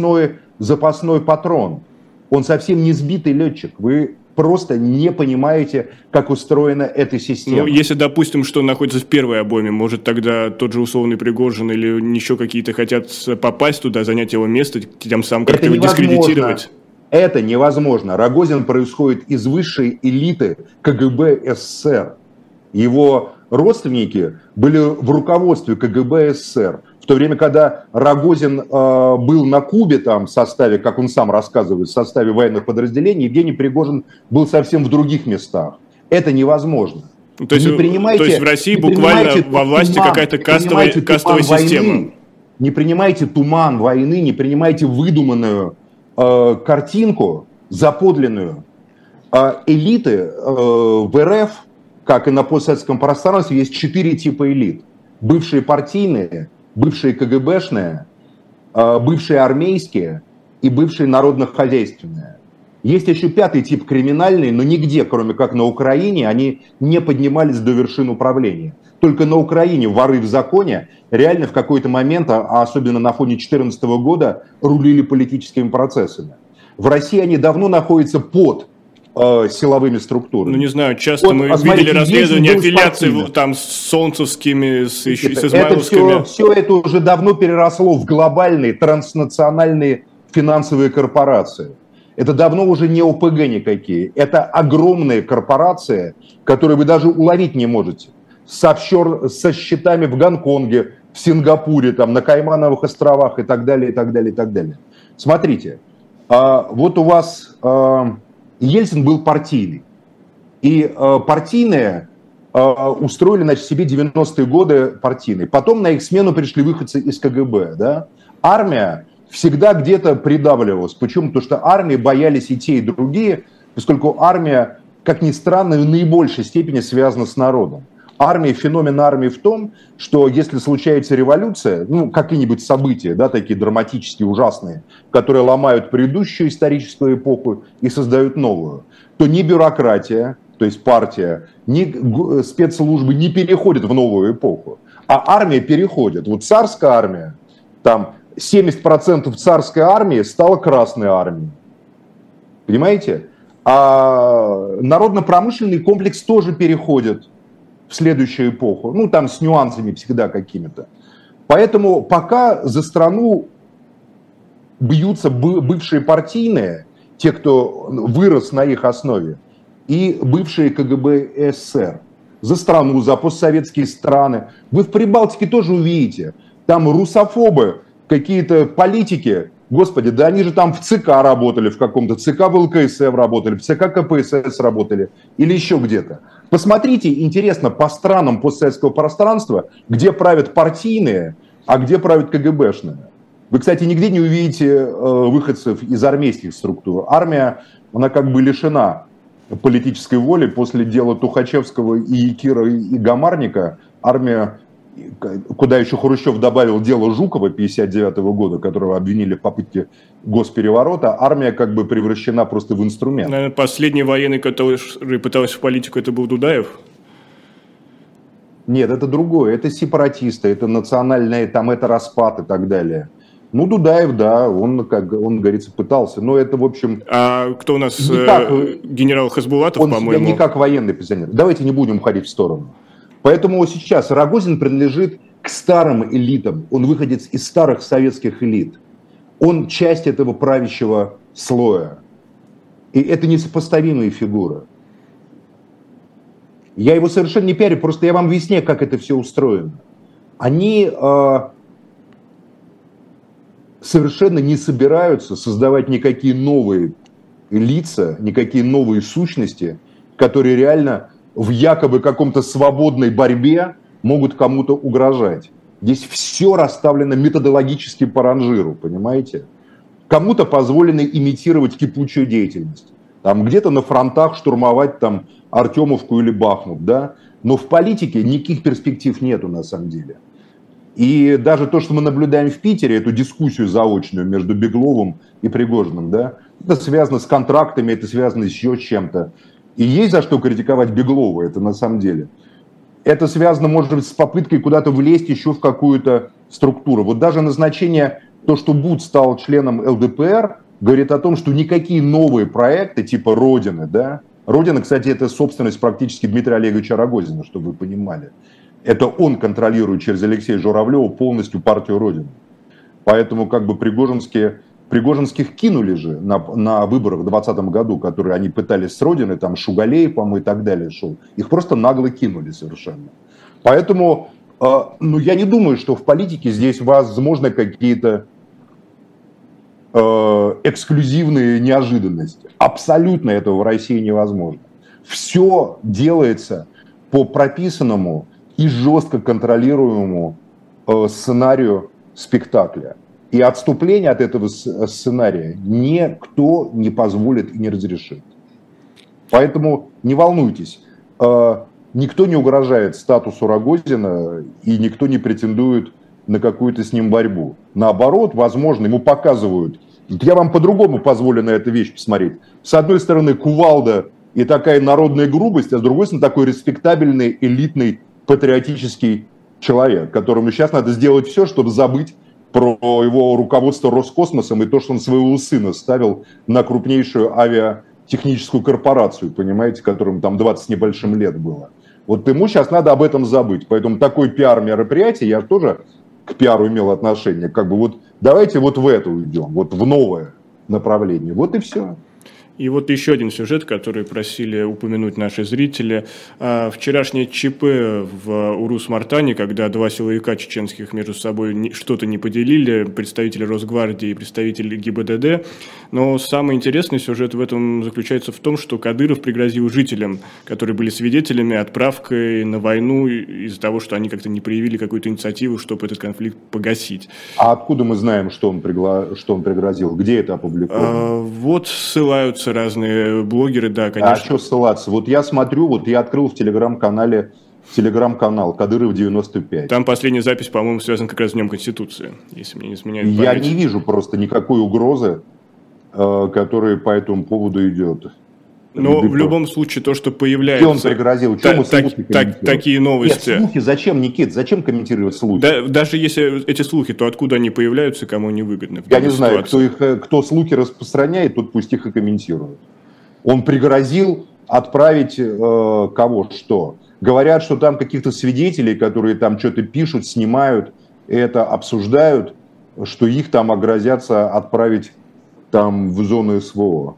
запасной патрон. Он совсем не сбитый летчик. Вы просто не понимаете, как устроена эта система. Ну, если допустим, что он находится в первой обойме, может тогда тот же условный Пригожин или еще какие-то хотят попасть туда, занять его место, тем самым как-то его дискредитировать? Это невозможно. Рогозин происходит из высшей элиты КГБ СССР. Его родственники были в руководстве КГБ СССР. В то время, когда Рогозин был на Кубе там, в составе, как он сам рассказывает, в составе военных подразделений, Евгений Пригожин был совсем в других местах. Это невозможно. То есть в России буквально во власти какая-то кастовая система. Не принимайте туман войны, не принимайте выдуманную картинку, заподлинную. Элиты в РФ, как и на постсоветском пространстве, есть 4 типа элит. Бывшие партийные, бывшие КГБшные, бывшие армейские и бывшие народно-хозяйственные. Есть еще 5-й тип криминальный, но нигде, кроме как на Украине, они не поднимались до вершин управления. Только на Украине воры в законе реально в какой-то момент, а особенно на фоне 2014 года, рулили политическими процессами. В России они давно находятся под силовыми структурами. Ну, не знаю, часто мы видели расследования аффилиаций там с солнцевскими, с измайловскими. Все это уже давно переросло в глобальные транснациональные финансовые корпорации. Это давно уже не ОПГ никакие. Это огромные корпорации, которые вы даже уловить не можете. Со счетами в Гонконге, в Сингапуре, там, на Каймановых островах и так далее, и так далее, и так далее. Смотрите, вот у вас Ельцин был партийный. И партийные устроили, значит, себе 90-е годы партийные. Потом на их смену пришли выходцы из КГБ. Да? Армия всегда где-то придавливалась. Почему? Потому что армии боялись и те, и другие, поскольку армия, как ни странно, в наибольшей степени связана с народом. Феномен армии в том, что если случается революция, ну, какие-нибудь события, да, такие драматические, ужасные, которые ломают предыдущую историческую эпоху и создают новую, то ни бюрократия, то есть партия, ни спецслужбы не переходят в новую эпоху, а армия переходит. Вот царская армия, там 70% царской армии стала Красной армией. Понимаете? А народно-промышленный комплекс тоже переходит в следующую эпоху. Ну, там с нюансами всегда какими-то. Поэтому пока за страну бьются бывшие партийные, те, кто вырос на их основе, и бывшие КГБ СССР. За страну, за постсоветские страны. Вы в Прибалтике тоже увидите. Там русофобы, какие-то политики, Господи, да они же там в ЦК работали, в каком-то ЦК ВЛКСМ работали, в ЦК КПСС работали или еще где-то. Посмотрите, интересно, по странам постсоветского пространства, где правят партийные, а где правят КГБшные. Вы, кстати, нигде не увидите выходцев из армейских структур. Армия, она как бы лишена политической воли после дела Тухачевского и Якира и Гамарника. Армия, куда еще Хрущев добавил дело Жукова 1959 года, которого обвинили в попытке госпереворота, армия как бы превращена просто в инструмент. Наверное, последний военный, который пытался в политику, это был Дудаев? Нет, это другое. Это сепаратисты, это национальные, там это распад и так далее. Ну, Дудаев, да, он, как он говорится, пытался. Но это, в общем... А кто у нас? Генерал Хасбулатов, он по-моему? Он не как военный пенсионер. Давайте не будем уходить в сторону. Поэтому сейчас Рогозин принадлежит к старым элитам. Он выходец из старых советских элит. Он часть этого правящего слоя. И это несопоставимые фигуры. Я его совершенно не пиарю, просто я вам объясняю, как это все устроено. Они совершенно не собираются создавать никакие новые лица, никакие новые сущности, которые реально в якобы каком-то свободной борьбе могут кому-то угрожать. Здесь все расставлено методологически по ранжиру, понимаете? Кому-то позволено имитировать кипучую деятельность. Там где-то на фронтах штурмовать там Артемовку или Бахмут, да? Но в политике никаких перспектив нету на самом деле. И даже то, что мы наблюдаем в Питере, эту дискуссию заочную между Бегловым и Пригожиным, да, это связано с контрактами, это связано еще с чем-то. И есть за что критиковать Беглова, это на самом деле. Это связано, может быть, с попыткой куда-то влезть еще в какую-то структуру. Вот даже назначение, то, что Буд стал членом ЛДПР, говорит о том, что никакие новые проекты типа «Родины», да, «Родина», кстати, это собственность практически Дмитрия Олеговича Рогозина, чтобы вы понимали. Это он контролирует через Алексея Журавлева полностью партию «Родина». Поэтому как бы Пригожинских кинули же на выборах в 2020 году, которые они пытались с Родины, там Шугалей, по-моему, и так далее шел. Их просто нагло кинули совершенно. Поэтому, ну, я не думаю, что в политике здесь возможны какие-то эксклюзивные неожиданности. Абсолютно этого в России невозможно. Все делается по прописанному и жестко контролируемому сценарию спектакля. И отступление от этого сценария никто не позволит и не разрешит. Поэтому не волнуйтесь, никто не угрожает статусу Рогозина и никто не претендует на какую-то с ним борьбу. Наоборот, возможно, ему показывают. Я вам по-другому позволю на эту вещь посмотреть. С одной стороны, кувалда и такая народная грубость, а с другой стороны, такой респектабельный, элитный, патриотический человек, которому сейчас надо сделать все, чтобы забыть про его руководство Роскосмосом и то, что он своего сына ставил на крупнейшую авиатехническую корпорацию, понимаете, которому там 20 с небольшим лет было. Вот ему сейчас надо об этом забыть. Поэтому такой пиар-мероприятие, я тоже к пиару имел отношение, как бы вот давайте вот в это уйдем, вот в новое направление, вот и все. И вот еще один сюжет, который просили упомянуть наши зрители. Вчерашнее ЧП в Урус-Мартане, когда два силовика чеченских между собой что-то не поделили, представители Росгвардии и представители ГИБДД. Но самый интересный сюжет в этом заключается в том, что Кадыров пригрозил жителям, которые были свидетелями, отправкой на войну из-за того, что они как-то не проявили какую-то инициативу, чтобы этот конфликт погасить. А откуда мы знаем, что он пригрозил? Где это опубликовано? Вот ссылаются разные блогеры, да, конечно. А что ссылаться? Вот я смотрю, вот я открыл в телеграм-канал Кадыров 95. Там последняя запись, по-моему, связана как раз с Днем Конституции, если мне не изменяет память. Я не вижу просто никакой угрозы, которая по этому поводу идет. Но в любом случае то, что появляется... Где он пригрозил? Такие новости. Нет, слухи зачем, Никит? Зачем комментировать слухи? Даже если эти слухи, то откуда они появляются, кому они выгодны? Я не знаю, кто слухи распространяет, тот пусть их и комментирует. Он пригрозил отправить кого что. Говорят, что там каких-то свидетелей, которые там что-то пишут, снимают, это обсуждают, что их там грозятся отправить там в зону СВО.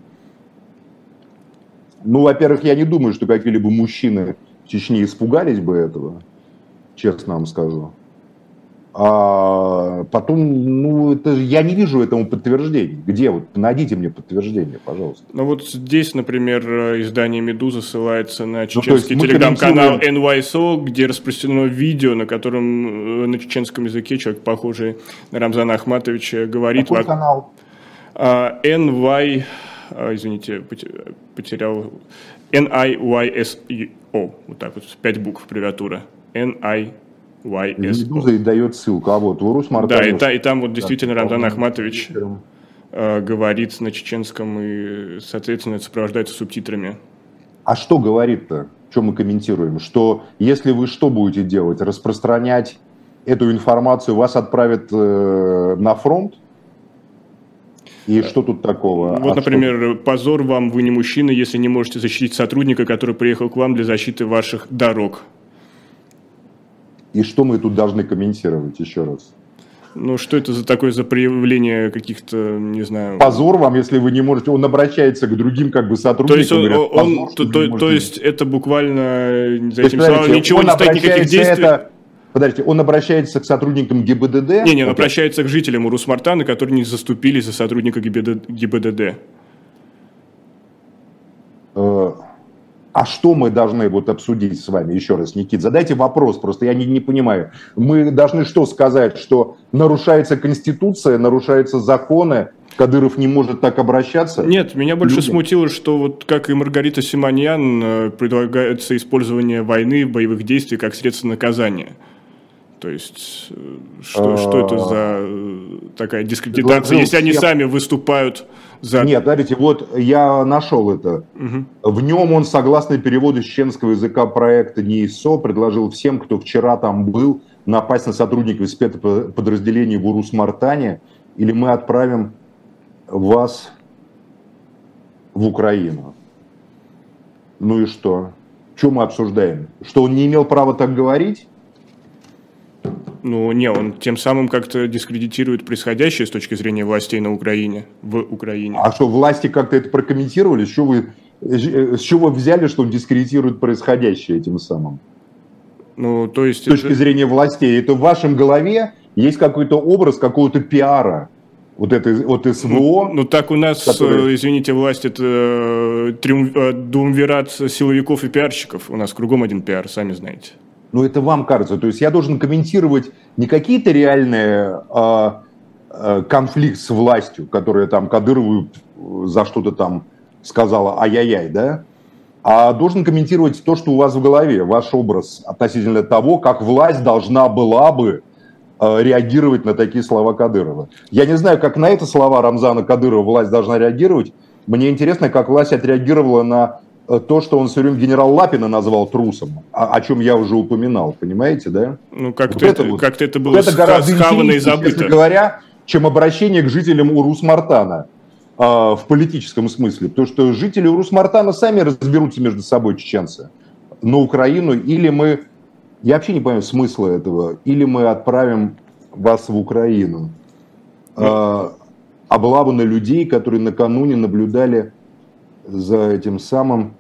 Ну, во-первых, я не думаю, что какие-либо мужчины в Чечне испугались бы этого, честно вам скажу. А потом, ну, это, я не вижу этому подтверждения. Где? Вот найдите мне подтверждение, пожалуйста. Ну вот здесь, например, издание «Медуза» ссылается на чеченский телеграм-канал NYSO, где распространено видео, на котором на чеченском языке человек, похожий на Рамзана Ахматовича, говорит... Какой канал? Извините, потерял... NIYSO, вот так вот, 5 букв аббревиатура. NIYSO. «Медуза» и дает ссылку, а вот Урус Мартане... Да, и там вот действительно Рамзан Ахматович говорит на чеченском и, соответственно, это сопровождается субтитрами. А что говорит-то? Что мы комментируем? Что если вы что будете делать? Распространять эту информацию, вас отправят на фронт? И что тут такого? Вот, например, позор вам, вы не мужчина, если не можете защитить сотрудника, который приехал к вам для защиты ваших дорог. И что мы тут должны комментировать еще раз? Ну, что это за такое за проявление каких-то, не знаю... Позор вам, если вы не можете... Он обращается к другим как бы сотрудникам. То есть это буквально за этим словом ничего не стоит, никаких действий? Подождите, он обращается к сотрудникам ГИБДД? Не, он обращается к жителям Урус-Мартана, которые не заступились за сотрудника ГИБДД. А что мы должны вот обсудить с вами? Еще раз, Никит, задайте вопрос, просто я не понимаю. Мы должны что сказать, что нарушается Конституция, нарушаются законы, Кадыров не может так обращаться? Нет, меня больше смутило, что вот как и Маргарита Симоньян, предлагается использование войны, боевых действий как средство наказания. То есть, что это за такая дискредитация, если они сами выступают за... Нет, смотрите, вот я нашел это. В нем он, согласно переводу с чеченского языка проекта НИИСО, предложил всем, кто вчера там был, напасть на сотрудников спецподразделений в Урус-Мартане, или мы отправим вас в Украину. Ну и что? Что мы обсуждаем? Что он не имел права так говорить? Ну, не, он тем самым как-то дискредитирует происходящее с точки зрения властей на Украине, в Украине. А что, власти как-то это прокомментировали? С чего вы взяли, что он дискредитирует происходящее этим самым? Ну, то есть... С точки зрения властей. Это в вашем голове есть какой-то образ какого-то пиара. Вот это вот СВО. Ну так у нас, извините, власть это дуумвират силовиков и пиарщиков. У нас кругом один пиар, сами знаете. Ну, это вам кажется. То есть я должен комментировать не какие-то реальные конфликт с властью, которая там Кадырову за что-то там сказала ай-яй-яй, да? А должен комментировать то, что у вас в голове, ваш образ относительно того, как власть должна была бы реагировать на такие слова Кадырова. Я не знаю, как на это слова Рамзана Кадырова власть должна реагировать. Мне интересно, как власть отреагировала на то, что он все время генерал Лапина назвал трусом, о чем я уже упоминал, понимаете, да? Ну, как-то это было гораздо схавано и забыто. Честно говоря, чем обращение к жителям Урус-Мартана в политическом смысле. Потому что жители Урус-Мартана сами разберутся между собой, чеченцы, на Украину, или мы... Я вообще не понимаю смысла этого. Или мы отправим вас в Украину. Облаву на людей, которые накануне наблюдали за этим самым...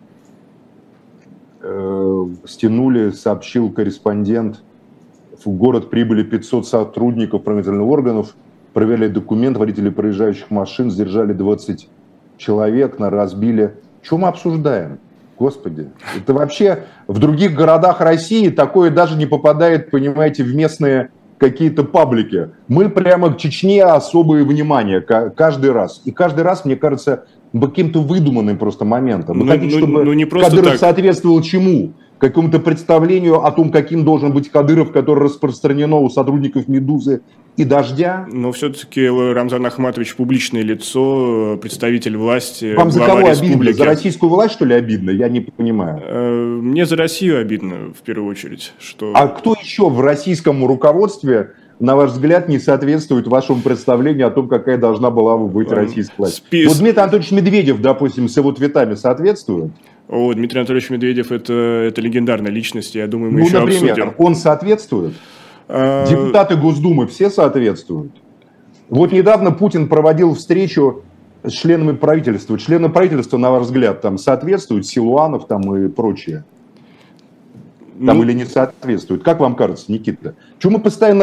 Стянули, сообщил корреспондент. В город прибыли 500 сотрудников правоохранительных органов, проверили документ, водители проезжающих машин, задержали 20 человек, разбили. Что мы обсуждаем? Господи, это вообще в других городах России такое даже не попадает, понимаете, в местные какие-то паблики. Мы прямо к Чечне особое внимание каждый раз. И каждый раз, мне кажется, каким-то выдуманным просто моментом. Мы хотим, чтобы Кадыров соответствовал чему? Какому-то представлению о том, каким должен быть Кадыров, который распространено у сотрудников «Медузы» и «Дождя». Но все-таки Рамзан Ахматович публичное лицо, представитель власти. Вам за кого обидно? За российскую власть, что ли, обидно? Я не понимаю. Мне за Россию обидно, в первую очередь. Что... А кто еще в российском руководстве, на ваш взгляд, не соответствует вашему представлению о том, какая должна была бы быть российская власть? Вот Дмитрий Анатольевич Медведев, допустим, с его твитами соответствует? О, Дмитрий Анатольевич Медведев это легендарная личность, я думаю, мы еще например, обсудим. Он соответствует? Депутаты Госдумы все соответствуют? Вот недавно Путин проводил встречу с членами правительства. Члены правительства, на ваш взгляд, там соответствуют, Силуанов там и прочее? Там или не соответствуют? Как вам кажется, Никита? Чего мы постоянно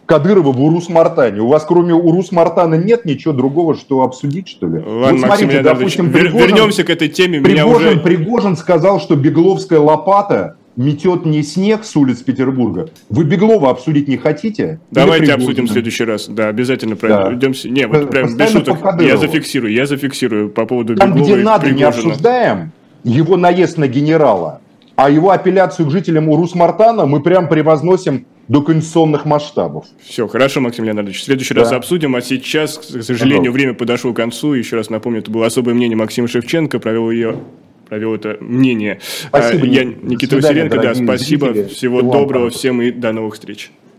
Кадырова в Урус-Мартане. У вас кроме Урус-Мартана нет ничего другого, что обсудить, что ли? Ладно, вот смотрите, допустим, вернемся к этой теме. Пригожин сказал, что Бегловская лопата метет не снег с улиц Петербурга. Вы Беглова обсудить не хотите? Давайте обсудим в следующий раз. Да, обязательно пройдемся. Не, вот прям без шуток. Я зафиксирую по поводу Беглова. Там, где надо, не обсуждаем его наезд на генерала, а его апелляцию к жителям Урус-Мартана мы прям превозносим до конституционных масштабов. Все, хорошо, Максим Леонидович. В следующий раз обсудим. А сейчас, к сожалению, время подошло к концу. Еще раз напомню, это было особое мнение Максима Шевченко. Провел это мнение. Спасибо, я Никита Василенко. Да, спасибо. Зрители. Всего доброго всем и до новых встреч.